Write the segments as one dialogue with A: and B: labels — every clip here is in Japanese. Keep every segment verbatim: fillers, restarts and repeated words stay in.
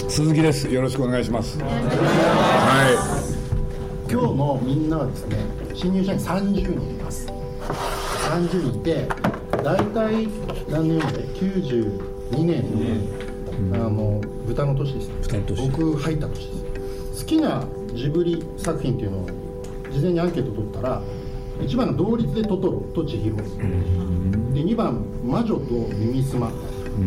A: 鈴木です。よろしくお願いします。
B: はい、今日のみんなはですね、新入社員さんじゅうにんいます。さんじゅうにんいて、だいたい何年できゅうじゅうにねんの、うん、あの豚の年ですね。豚の年。僕入った年です。好きなジブリ作品っていうのを事前にアンケート取ったら、いちばんが同率でトトロと千尋、うん、でにばん魔女と耳すま、うん、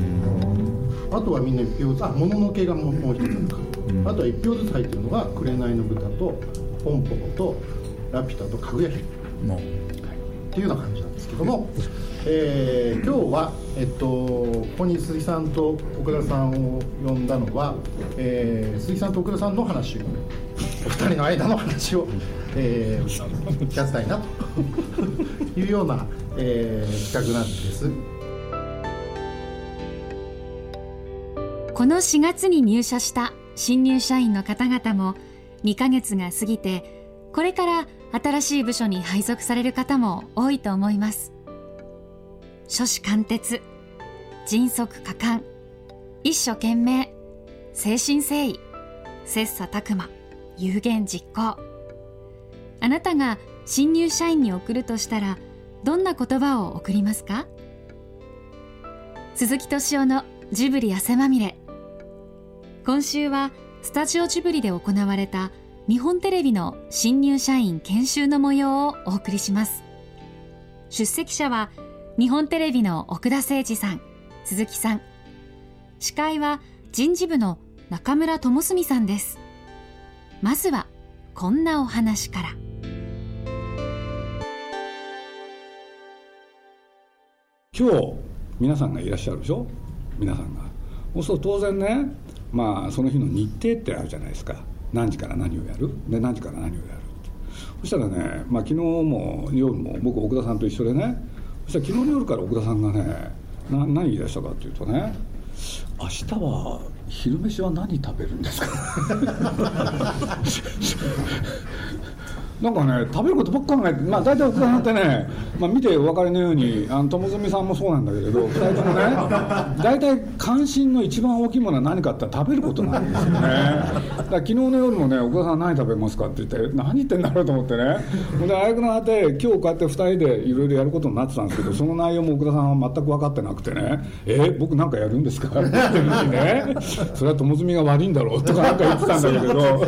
B: あとはみんないっぴょうずつ、あ、もののけがもう一つあるか、うん、あとはいっぴょうずつ入ってるのが紅の豚とポンポコとラピュタとかぐや姫、うん、はい、っていうような感じなんですけども、えー、今日は、えっと、ここに鈴木さんと奥田さんを呼んだのは、えー、鈴木さんと奥田さんの話を、お二人の間の話を、えー、聞かせたいなというような、えー、企画なんです。
C: このしがつに入社した新入社員の方々もにかげつが過ぎて、これから新しい部署に配属される方も多いと思います。初志貫徹、迅速果敢、一生懸命、誠心誠意、切磋琢磨、有言実行。あなたが新入社員に送るとしたら、どんな言葉を送りますか？鈴木敏夫のジブリ汗まみれ。今週はスタジオジブリで行われた日本テレビの新入社員研修の模様をお送りします。出席者は日本テレビの奥田誠二さん、鈴木さん。司会は人事部の中村智澄さんです。まずはこんなお話から。
A: 今日皆さんがいらっしゃるでしょ。皆さんがそうすると当然ね、まあその日の日程ってあるじゃないですか。何時から何をやるで何時から何をやる。そしたらね、まあ、昨日も夜も僕奥田さんと一緒でね、そしたら昨日の夜から奥田さんがね、な何言い出したかっていうとね、明日は昼飯は何食べるんですかなんかね、食べることばっか考えて、まあ大体奥田さんってね、まあ、見てお分かりのように、あの友住さんもそうなんだけれど、ふたりともね、大体関心の一番大きいものは何かって食べることなんですよね。だから昨日の夜もね、奥田さん何食べますかって言って、何言ってんだろうと思ってね、であやくのあて、今日こうやってふたりでいろいろやることになってたんですけど、その内容も奥田さんは全く分かってなくてね、えー、僕なんかやるんですかって言ってるしね、それは友住が悪いんだろうとかなんか言ってたんだけれど。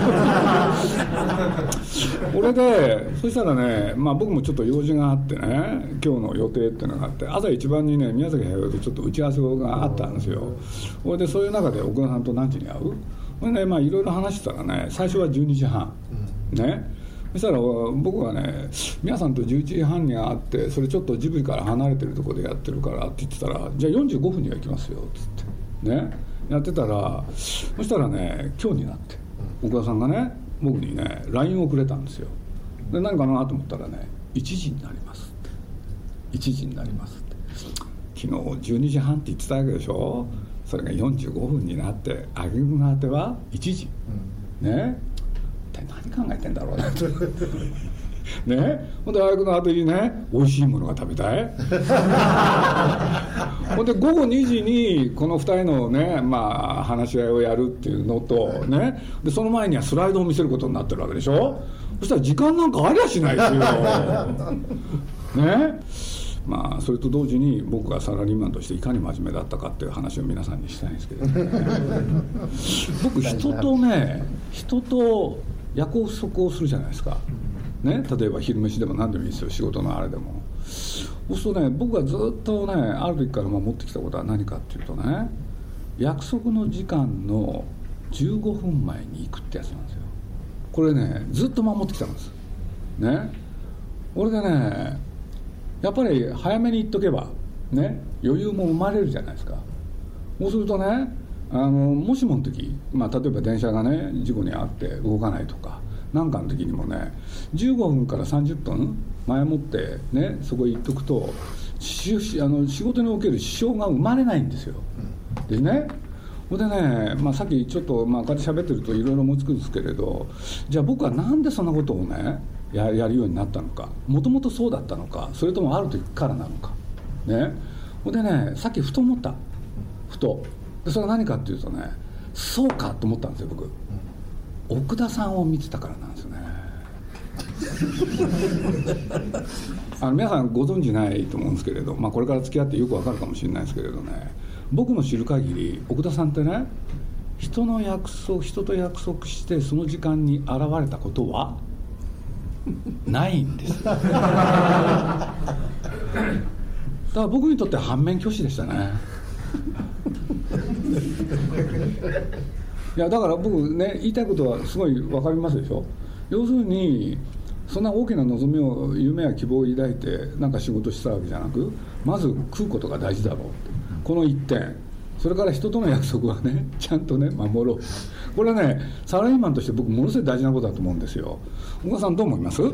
A: これでそしたらね、まあ、僕もちょっと用事があってね、今日の予定っていうのがあって、朝一番にね宮崎駿とちょっと打ち合わせがあったんですよ。それでそういう中で奥田さんと何時に会うそれで、まあいろいろ話してたらね、最初はじゅうにじはん、うん、ね、そしたら僕がね、皆さんとじゅういちじはんに会って、それちょっとジブリから離れてるところでやってるからって言ってたら、じゃあよんじゅうごふんには行きますよって言ってね、やってたら、そしたらね、今日になって奥田さんがね、僕にね ライン をくれたんですよ。で何かなと思ったらね、いちじになりますっていちじになりますって昨日じゅうにじはんって言ってたわけでしょ。それがよんじゅうごふんになって、あげくの果てはいちじ、うん、ね、一体何考えてんだろうなってね、ほんであやくの果てにね、美味しいものが食べたいほんでごごにじにこのふたりのね、まあ、話し合いをやるっていうのとね、でその前にはスライドを見せることになってるわけでしょ。そしたら時間なんかありゃしないですよね。まあそれと同時に僕がサラリーマンとしていかに真面目だったかっていう話を皆さんにしたいんですけど、ね、僕人とね人と約束をするじゃないですかね、例えば昼飯でも何でもいいですよ、仕事のあれでも。そうするとね、僕がずっとねある時から守ってきたことは何かっていうとね、約束の時間のじゅうごふんまえに行くってやつなんですよ。これねずっと守ってきたんですね。俺でね、やっぱり早めに行っとけばね、余裕も生まれるじゃないですか。そうするとね、あのもしもの時、まあ、例えば電車がね事故に遭って動かないとかなんかの時にもね、じゅうごふんからさんじゅっぷん前もってねそこへ行っとくと、しあの仕事における支障が生まれないんですよ。でね、ほんでね、まあ、さっきちょっと、まあ、こうやって喋ってるといろいろ思いつくんですけれど、じゃあ僕はなんでそんなことをね や, やるようになったのか、もともとそうだったのか、それともある時からなのかね。ほんでね、さっきふと思ったふとで、それは何かっていうとね、 そうかと思ったんですよ僕、うん、奥田さんを見てたからなんですよねあの皆さんご存じないと思うんですけれど、まあ、これから付き合ってよくわかるかもしれないですけれどね、僕の知る限り奥田さんってね、人の約束人と約束してその時間に現れたことはないんですだから僕にとって反面教師でしたねいやだから僕ね、言いたいことはすごい分かりますでしょ。要するにそんな大きな望みを、夢や希望を抱いてなんか仕事したわけじゃなく、まず食うことが大事だろうって、この一点、それから人との約束はねちゃんとね守ろう、これはねサラリーマンとして僕ものすごい大事なことだと思うんですよ。小川さんどう思います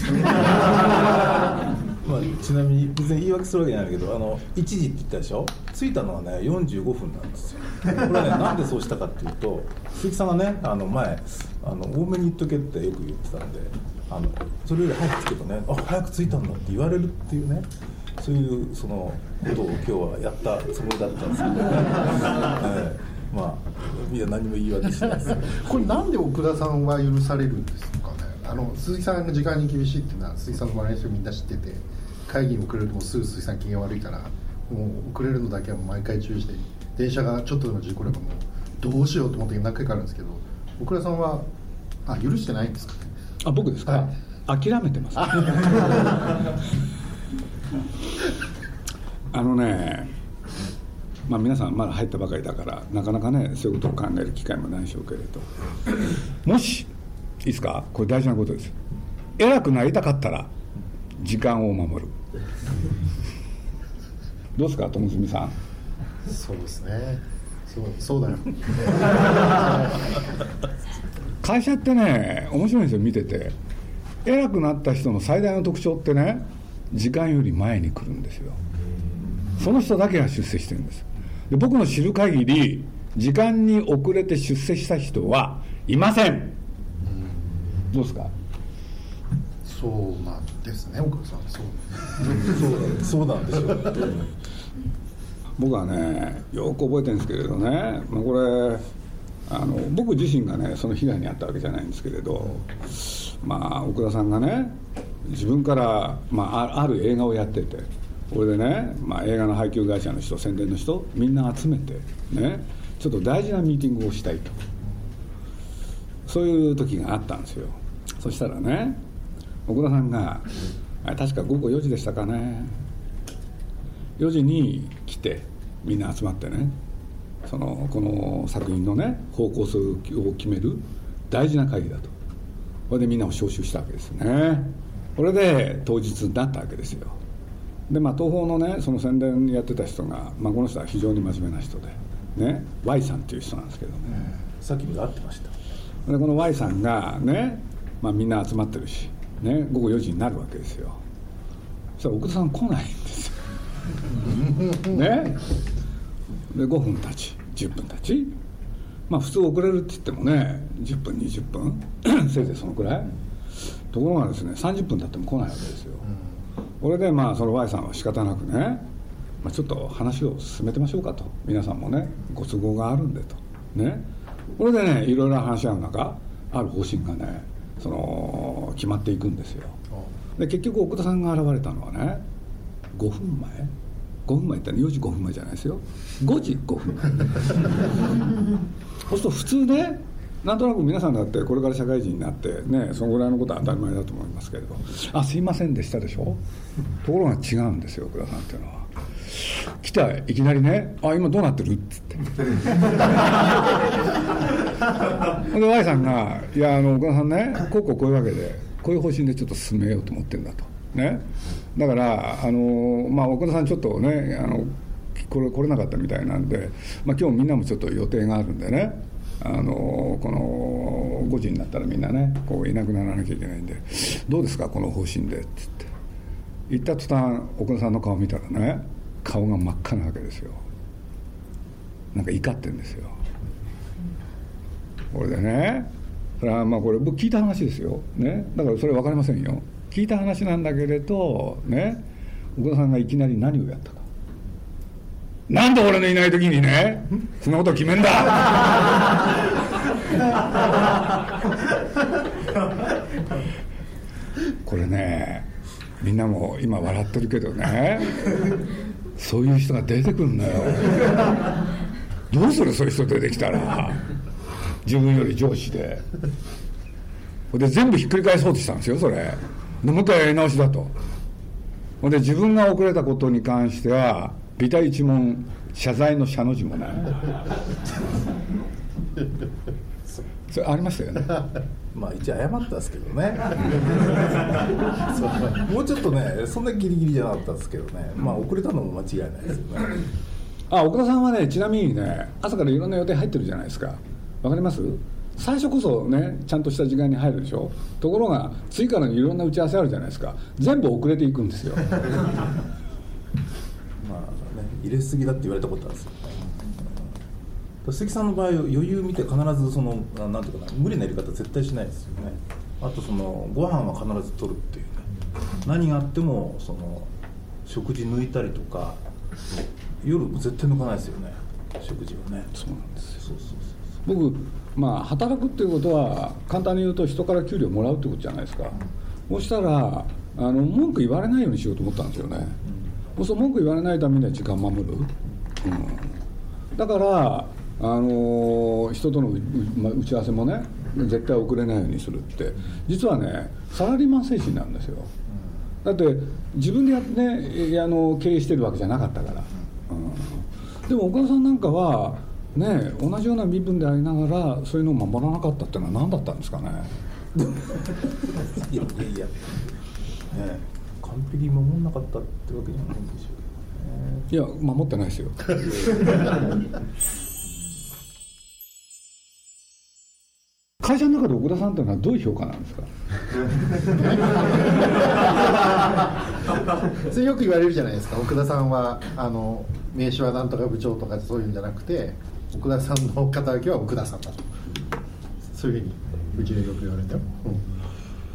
D: まあ、ちなみに別に言い訳するわけじゃないけど、あのいちじって言ったでしょ。着いたのはねよんじゅうごふんなんですよ。これはねなんでそうしたかっていうと、鈴木さんがねあの前あの多めに言っとけってよく言ってたんで、あのそれより早く着くとね、あ早く着いたんだって言われるっていうね、そういうそのことを今日はやったつもりだったんですけどね、えー、まあいや何も言い訳しないです
B: これなんで奥田さんは許されるんですかね。あの鈴木さんが時間に厳しいっていうのは鈴木さんの周りの人みんな知ってて、会議に遅れるともうすぐ鈴木さん機嫌悪いから、もう遅れるのだけはもう毎回注意して、電車がちょっとでも事故ればもうどうしようと思って何回かあるんですけど、奥田さんはあ許してないんですかね。
A: あ僕ですか、はい、諦めてますあのね、まあ、皆さんまだ入ったばかりだからなかなかねそういうことを考える機会もないでしょうけれど、もしいいですか、これ大事なことです。偉くなりたかったら時間を守るどうですか友住さん。
B: そうですね、そう、そうだよ
A: 会社ってね面白いんですよ見てて。偉くなった人の最大の特徴ってね、時間より前に来るんですよ。その人だけが出世してるんです。で僕の知る限り時間に遅れて出世した人はいません。どうですか。
B: そうなんですね奥田さん。そう
D: そうなんでしょう
A: 僕はねよく覚えてるんですけれどね、まあ、これあの僕自身がねその被害に遭ったわけじゃないんですけれど、まあ奥田さんがね自分から、まあ、ある映画をやってて、これでね、まあ、映画の配給会社の人、宣伝の人みんな集めてね、ちょっと大事なミーティングをしたいと、そういう時があったんですよ。そしたらね奥田さんが確かごごよじでしたかね、よじに来てみんな集まってね、そのこの作品のね方向性を決める大事な会議だと。これでみんなを招集したわけですね。これで当日になったわけですよ。でまあ東宝のねその宣伝やってた人が、まあ、この人は非常に真面目な人でね Y さんっていう人なんですけどね、
D: さっきも会ってました。
A: でこの Y さんがね、まあ、みんな集まってるし、ね、ごごよじになるわけですよ。そしたら奥田さん来ないんですよね。でごふん経ちじゅっぷん経ち、まあ普通遅れるって言ってもねじゅっぷんにじゅっぷんせいぜいそのくらい。ところがですねさんじゅっぷん経っても来ないわけですよ。これでまあその Y さんは仕方なくね、まあ、ちょっと話を進めてみましょうかと、皆さんもねご都合があるんでとね。これでねいろいろ話し合う中、ある方針がねその決まっていくんですよ。で結局奥田さんが現れたのはねごふんまえごふんまえってよじごふんまえじゃないですよ、ごじごふんまえそうすると普通ね、なんとなく皆さんだってこれから社会人になってねそのぐらいのことは当たり前だと思いますけれど、あすいませんでしたでしょ。ところが違うんですよ奥田さんっていうのは。来たいきなりね、あ今どうなってるっつってで Y さんがいやあの奥田さんねこうこうこういうわけでこういう方針でちょっと進めようと思ってるんだとね。だからあの、まあ、奥田さんちょっとねあのこれ来れなかったみたいなんで、まあ、今日みんなもちょっと予定があるんでね、あのこのごじになったらみんなねこういなくならなきゃいけないんでどうですかこの方針でっつって言った途端奥田さんの顔見たらね顔が真っ赤なわけですよ。なんか怒ってんですよ。これでね、それはまあこれ僕聞いた話ですよ、ね、だからそれ分かりませんよ。聞いた話なんだけれどね、奥田さんがいきなり何をやったか、 なんで俺のいない時にねそんなこと決めんだこれねみんなも今笑ってるけどねそういう人が出てくるんだよ。どうするそういう人出てきたら、自分より上司でで全部ひっくり返そうとしたんですよそれでもう一回やり直しだと。で自分が遅れたことに関してはビタ一文謝罪の謝の字もないそれありましたよね。
D: まあ一応謝ったんですけどねもうちょっとねそんなギリギリじゃなかったんですけどね、まあ遅れたのも間違いないですよね。
A: あ、奥田さんはねちなみにね朝からいろんな予定入ってるじゃないですか。わかります？最初こそねちゃんとした時間に入るでしょ。ところが次からいろんな打ち合わせあるじゃないですか。全部遅れていくんですよまあね
D: 入れすぎだって言われたことあるんですよ。鈴木さんの場合余裕見て必ずそのなんていうかな無理なやり方絶対しないですよね。あとそのご飯は必ず取るっていうね、何があってもその食事抜いたりとか夜絶対抜かないですよね食事はね。
A: そうなんですよ。
D: そうそうそう。
A: 僕まあ働くっていうことは簡単に言うと人から給料もらうってことじゃないですか。そうしたらあの文句言われないようにしようと思ったんですよね。そうすると文句言われないためには時間守る、うん、だからあのー、人との打ち合わせもね絶対遅れないようにするって実はねサラリーマン精神なんですよ。だって自分でやってねあの経営してるわけじゃなかったから、うん、でも岡田さんなんかはね同じような身分でありながらそういうのを守らなかったっていうのは何だったんですかね
D: いやいやいや、ね、完璧に守らなかったってわけじゃないんでしょうけどね。
A: いや守ってないですよ会社の中で奥田さんというのはどういう評価なんですか
B: それよく言われるじゃないですか。奥田さんはあの名刺はなんとか部長とかそういうんじゃなくて奥田さんの肩書きは奥田さんだと、そういうふうにうちでよく言われても、うん、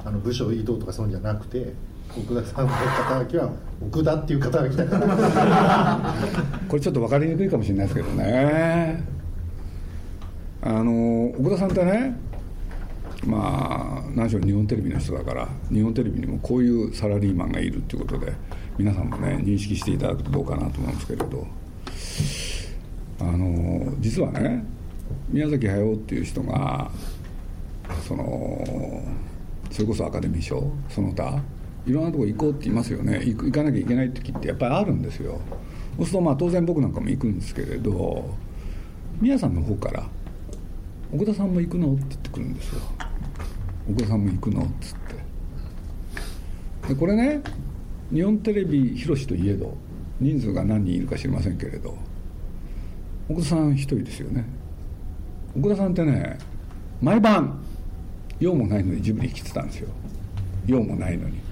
B: あの部署移動とかそういうんじゃなくて奥田さんの肩書きは奥田っていう肩書きだから
A: これちょっと分かりにくいかもしれないですけどね、あの奥田さんってねまあ何しろ日本テレビの人だから日本テレビにもこういうサラリーマンがいるっていうことで皆さんもね認識していただくとどうかなと思うんですけれど、あの実はね宮崎駿っていう人がそのそれこそアカデミー賞その他いろんなとこ行こうって言いますよね。行く行かなきゃいけない時ってやっぱりあるんですよ。そうするとまあ当然僕なんかも行くんですけれど宮さんの方から奥田さんも行くのって言ってくるんですよ。奥田さんも行くのっつってでこれね日本テレビ広しといえど人数が何人いるか知りませんけれど奥田さん一人ですよね。奥田さんってね毎晩用もないのにジブリ来てたんですよ。用もないのに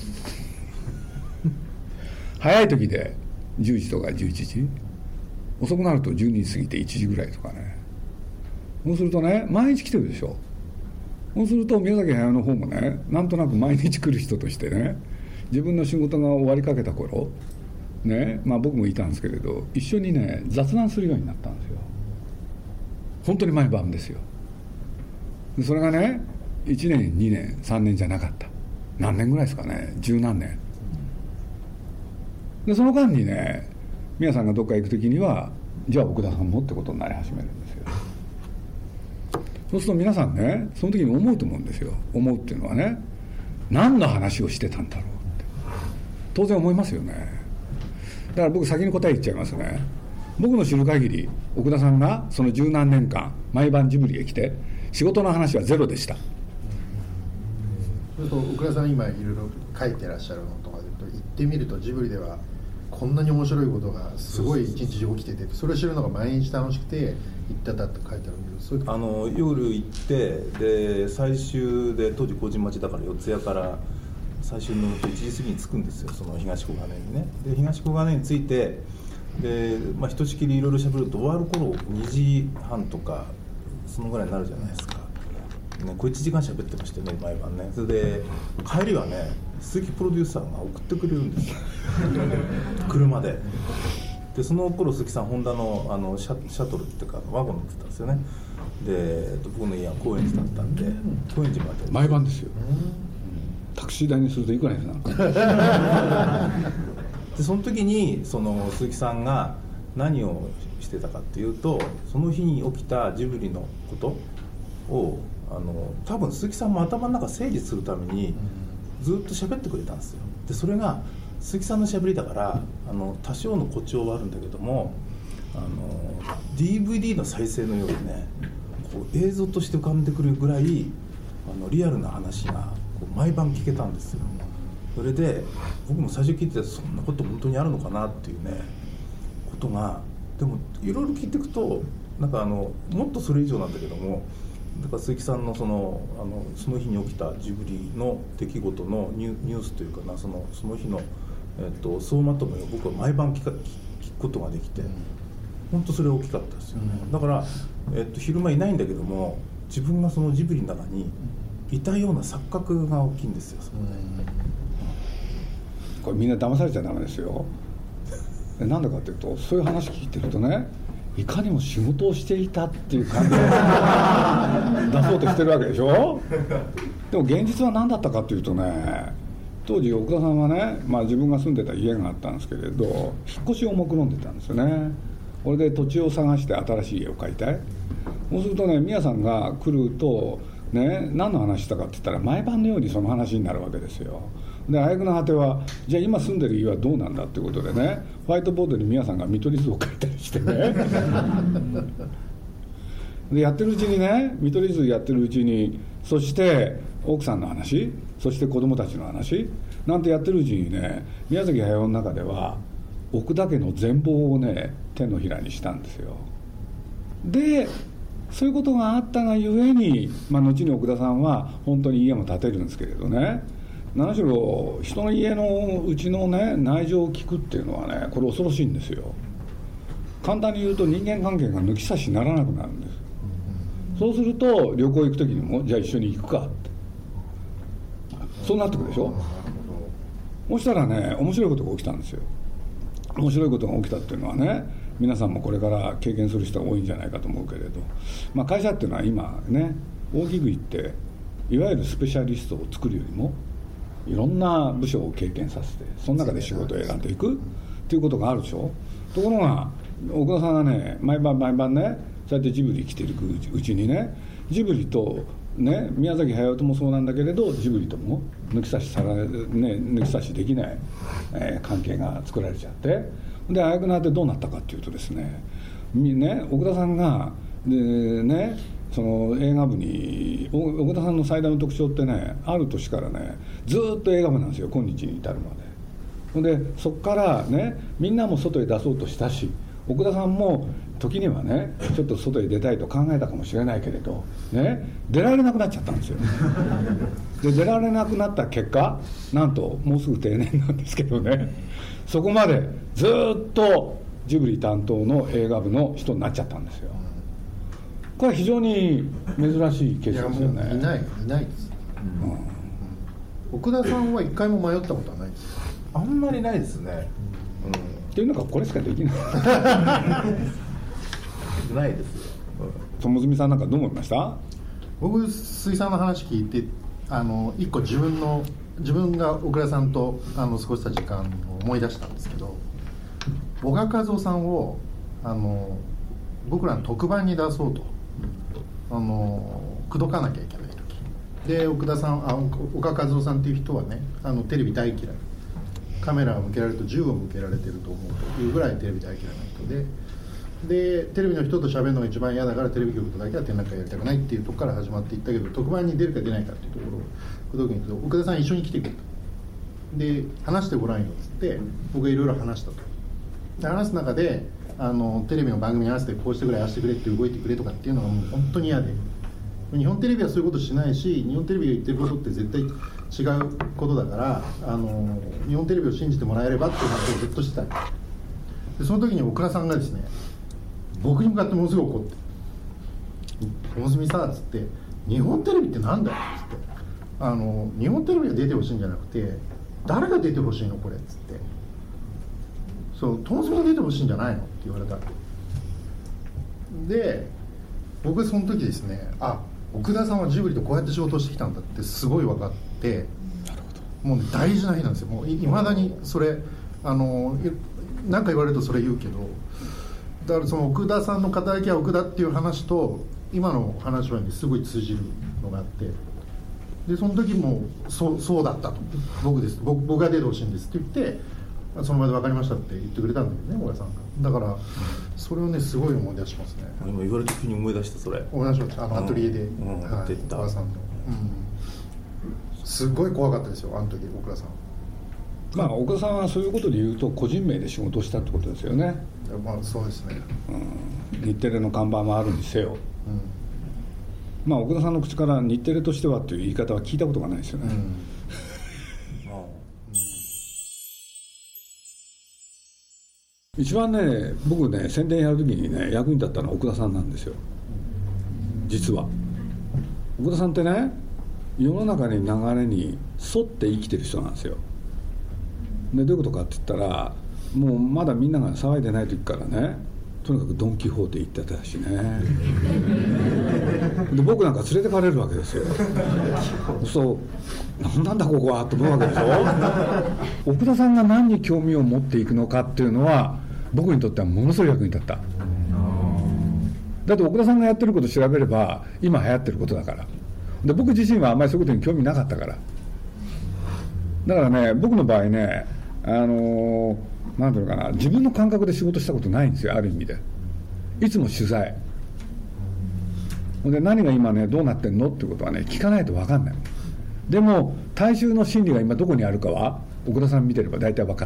A: 早い時でじゅうじとかじゅういちじ遅くなるとじゅうにじ過ぎていちじぐらいとかね。そうするとね毎日来てるでしょ。そうすると宮崎駿の方もねなんとなく毎日来る人としてね自分の仕事が終わりかけた頃ね、まあ僕もいたんですけれど一緒にね雑談するようになったんですよ。本当に毎晩ですよ。それがねいちねんにねんさんねんじゃなかった。何年ぐらいですかね、十何年でその間にね宮さんがどっか行く時にはじゃあ奥田さんもってことになり始めるんですよ。そうすると皆さんねその時に思うと思うんですよ。思うっていうのはね何の話をしてたんだろうって当然思いますよね。だから僕先に答え言っちゃいますね。僕の知る限り奥田さんがその十何年間毎晩ジブリへ来て仕事の話はゼロでした。
B: それと奥田さん今いろいろ書いてらっしゃるのとかで言ってみるとジブリではこんなに面白いことがすごい一日中起きててそれを知るのが毎日楽しくて行っただって書いてあるけどそういう
D: あの夜行ってで最終で当時麹町だから四谷から最終のいちじ過ぎに着くんですよ。その東小金井にね。で東小金井に着いてで、まあ、ひとしきりいろいろ喋ると終わる頃にじはんとかそのぐらいになるじゃないですか、ね、こういちじかん喋ってましてね毎晩ね。それで帰りはね鈴木プロデューサーが送ってくれるんですよ車で。 でその頃鈴木さんホンダのあのシャ、シャトルっていうかワゴン乗ってたんですよね。で、えっと、僕の家は高円寺だったんで、高円寺まで
A: 毎晩ですよ、タクシー代にするといくらですか
D: でその時にその鈴木さんが何をしてたかっていうと、その日に起きたジブリのことをあの多分鈴木さんも頭の中整理するためにずっと喋ってくれたんですよ。でそれが鈴木さんの喋りだからあの多少の誇張はあるんだけども、あの ディーブイディー の再生のようにね、こう映像として浮かんでくるぐらいあのリアルな話がこう毎晩聞けたんですよ。それで僕も最初聞いてて、そんなこと本当にあるのかなっていうねことが、でもいろいろ聞いていくとなんかあのもっとそれ以上なんだけども、だから鈴木さんのそのあのその日に起きたジブリの出来事のニュニュースというかな、そのその日の、えっと、総まとめを僕は毎晩聞か聞くことができて、本当それ大きかったですよね。だから、えっと、昼間いないんだけども、自分がそのジブリの中にいたような錯覚が大きいんですよ。そこで
A: これみんな騙されちゃダメですよ。なんでかっていうと、そういう話聞いてるとね、いかにも仕事をしていたっていう感じを出そうとしてるわけでしょ。でも現実は何だったかっていうとね、当時奥田さんはね、まあ、自分が住んでた家があったんですけれど、引っ越しを目論んでたんですよね。これで土地を探して新しい家を買いたい。そうするとね、宮さんが来るとね、何の話したかって言ったら毎晩のようにその話になるわけですよ。で挙句の果ては、じゃあ今住んでる家はどうなんだっていうことでね、ホワイトボードに宮さんが見取り図を書いたりしてねでやってるうちにね、見取り図やってるうちに、そして奥さんの話、そして子供たちの話なんてやってるうちにね、宮崎駿の中では奥田家の全貌をね手のひらにしたんですよ。でそういうことがあったがゆえに、まあ、後に奥田さんは本当に家も建てるんですけれどね、何しろ人の家のうちのね内情を聞くっていうのはね、これ恐ろしいんですよ。簡単に言うと人間関係が抜き差しにならなくなるんです。そうすると旅行行く時にも、じゃあ一緒に行くかって、そうなってくるでしょ。そしたらね、面白いことが起きたんですよ。面白いことが起きたっていうのはね、皆さんもこれから経験する人が多いんじゃないかと思うけれど、まあ、会社っていうのは今ね、大きく言っていわゆるスペシャリストを作るよりもいろんな部署を経験させて、その中で仕事を選んでいくっていうことがあるでしょ。ところが奥田さんがね、毎晩毎晩ね、そうやってジブリ来ていくうちにね、ジブリとね、宮崎駿ともそうなんだけれど、ジブリとも抜き差しさら、ね、抜き差しできない、えー、関係が作られちゃって、で挙句の果てどうなったかっていうとですね、ね、奥田さんがで、ね、その映画部に、奥田さんの最大の特徴ってね、ある年からねずっと映画部なんですよ、今日に至るまで。でそこからね、みんなも外へ出そうとしたし、奥田さんも時にはね、ちょっと外へ出たいと考えたかもしれないけれど、ね、出られなくなっちゃったんですよ。で出られなくなった結果、なんともうすぐ定年なんですけどね、そこまでずっとジブリ担当の映画部の人になっちゃったんですよ。これは非常に珍しいケースですよね。
B: いや、もういないいないです、うんうん、奥田さんは一回も迷ったことはないですか。
D: あんまりないですね、うん、
A: っていうのがこれしかできない
D: ないですよ。
A: 友住さんなんかどう思いました？
B: 僕、水産の話聞いて、あの一個自分の自分が奥田さんとあの過ごした時間を思い出したんですけど、小賀和夫さんをあの僕らの特番に出そうと、あの口説かなきゃいけない時で、奥田さん、あ小賀和夫さんっていう人はね、あのテレビ大嫌い、カメラを向けられると銃を向けられてると思うというぐらいテレビ大嫌いな人で、でテレビの人と喋るのが一番嫌だからテレビ局とだけは展覧会やりたくないっていうところから始まっていったけど、特番に出るか出ないかっていうところを口説きに行くと、奥田さん一緒に来てくれと、で話してごらんよっつって僕がいろいろ話したと。で話す中で、あのテレビの番組に合わせてこうしてくれああしてくれって動いてくれとかっていうのがもう本当に嫌で、日本テレビはそういうことしないし、日本テレビが言ってることって絶対違うことだから、あの日本テレビを信じてもらえればっていう話をずっとしてた。でその時に奥田さんがですね、僕に向かってものすごく怒って「友住さ」っつって「日本テレビってなんだよ」っつってあの「日本テレビが出てほしいんじゃなくて誰が出てほしいのこれ」っつってそうトムスも出てほしいんじゃないのって言われた。で僕その時ですね、あ、奥田さんはジブリとこうやって仕事をしてきたんだってすごい分かって、なるほど、もう、ね、大事な日なんですよ。もういまだにそれあの何か言われるとそれ言うけど、だからその奥田さんの肩書きは奥田っていう話と今の話は、ね、すごい通じるのがあって、でその時もそう、そうだったと、僕です、僕、僕が出てほしいんですって言って、その場で分かりましたって言ってくれたんだけどね、小田さんが。だからそれをねすごい思い出しますね。
D: 今言われた時に思い出した。それ
B: 思い出しました。あのアトリエで、
D: うんうん、
B: はい、小田さんの、うん、すごい怖かったですよ、あの時奥田さん。
A: まあ岡田さんはそういうことで言うと個人名で仕事をしたってことですよね。
B: まあそうですね、
A: うん、日テレの看板もあるにせよ、うん、まあ岡田さんの口から日テレとしてはという言い方は聞いたことがないですよね、うん、一番ね僕ね宣伝やるときにね役に立ったのは奥田さんなんですよ。実は奥田さんってね世の中に流れに沿って生きてる人なんですよ。でどういうことかって言ったら、もうまだみんなが騒いでない時からね、とにかくドン・キホーテ行ってたしねで僕なんか連れてかれるわけですよ。そう何なんだここはと思うわけでしょ奥田さんが何に興味を持っていくのかっていうのは僕にとってはものすごい役に立った。だって奥田さんがやってることを調べれば今流行ってることだから。で僕自身はあんまりそういうことに興味なかったから。だからね僕の場合ね、あのー、なんていうのかな、自分の感覚で仕事したことないんですよ、ある意味で。いつも取材で何が今ねどうなってんのってことはね聞かないと分かんない。でも大衆の心理が今どこにあるかは奥田さん見てれば大体分かった。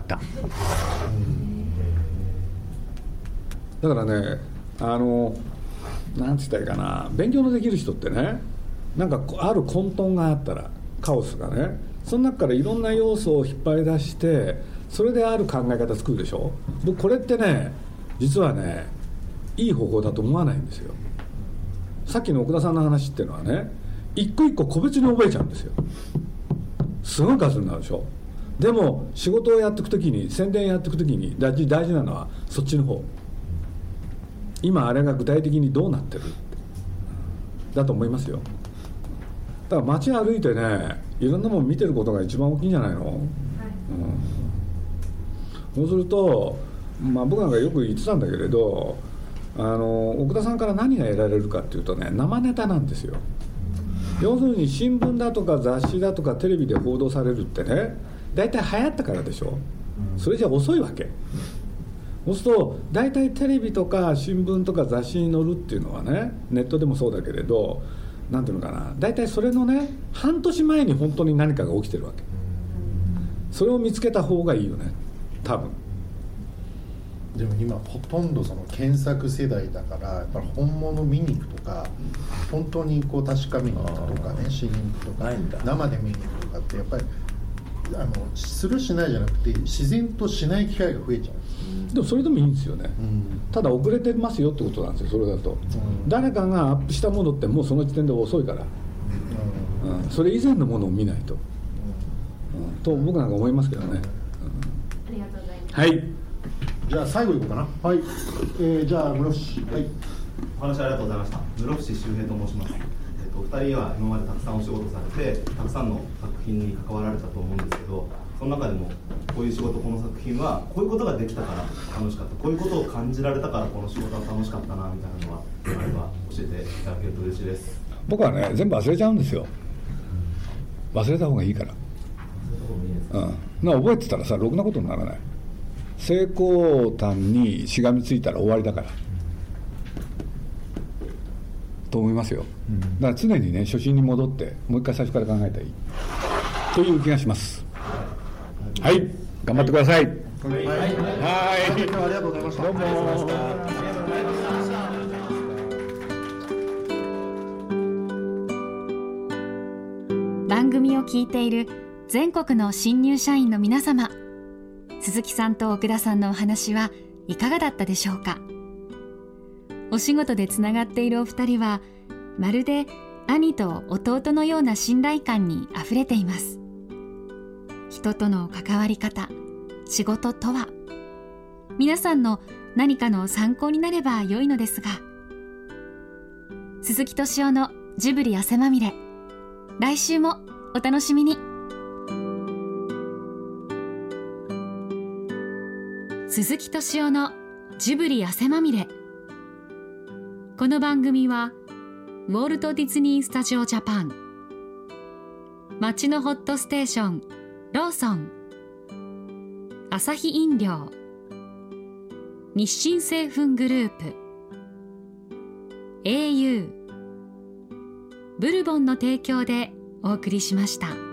A: だからね、あのなんつったらいいかな、勉強のできる人ってね、なんかある混沌があったら、カオスがね、その中からいろんな要素を引っ張り出してそれである考え方作るでしょ。僕これってね実はねいい方法だと思わないんですよ。さっきの奥田さんの話っていうのはね、一個一個個別に覚えちゃうんですよ。すごい数になるでしょ。でも仕事をやっていくときに、宣伝やっていくときに大事、大事なのはそっちの方。今あれが具体的にどうなってるだと思いますよ。だから街歩いてね、いろんなもの見てることが一番大きいんじゃないの、はい、うん、そうすると、まあ、僕なんかよく言ってたんだけれど、あの奥田さんから何が得られるかっていうとね、生ネタなんですよ。要するに新聞だとか雑誌だとかテレビで報道されるってね、大体流行ったからでしょ。それじゃ遅いわけ。そうすると大体テレビとか新聞とか雑誌に載るっていうのはね、ネットでもそうだけれど、なんていうのかな、大体それのね半年前に本当に何かが起きてるわけ。それを見つけた方がいいよね、多分。
B: でも今ほとんどその検索世代だから、やっぱり本物見に行くとか、本当にこう確かめに行くとかね、知りに行くとか、生で見に行くとかってやっぱりあのするしないじゃなくて自然としない機会が増えちゃう。
A: でもそれでもいいんですよね、うん、ただ遅れてますよってことなんですよ。それだと、うん、誰かがアップしたものってもうその時点で遅いから、うんうん、それ以前のものを見ないと、うんうん、と僕なんか思いますけどね、うん、あ
C: りがとうございます。
A: はい、
B: じゃあ最後いこうかな。はい、えー、じゃあ室伏、はい、
E: お話ありがとうございました。室伏周平と申します。えっと、ふたりは今までたくさんお仕事されて、たくさんの作品に関わられたと思うんですけど、その中でもこういう仕事、この作品はこういうことができたから楽しかった、こういうことを感じられたからこの仕事は楽しかったなみたいなのがあれば教えていただけると嬉しいです。
A: 僕はね全部忘れちゃうんですよ。忘れた方がいいから。うん、な覚えてたらさろくなことにならない。成功端にしがみついたら終わりだからと思いますよ。だから常にね初心に戻ってもう一回最初から考えたらいいという気がします。はい、頑張ってください。はい、はい、はい、
B: 今日はありがとうございました。
A: どうも。
C: 番組を聞いている全国の新入社員の皆様、鈴木さんと奥田さんのお話はいかがだったでしょうか。お仕事でつながっているお二人はまるで兄と弟のような信頼感にあふれています。人との関わり方、仕事とは。 皆さんの何かの参考になれば良いのですが。鈴木敏夫のジブリ汗まみれ、来週もお楽しみに。鈴木敏夫のジブリ汗まみれ。この番組はウォルト・ディズニー・スタジオ・ジャパン、街のホットステーションローソン、アサヒ飲料、日清製粉グループ、 エーユー、ブルボンの提供でお送りしました。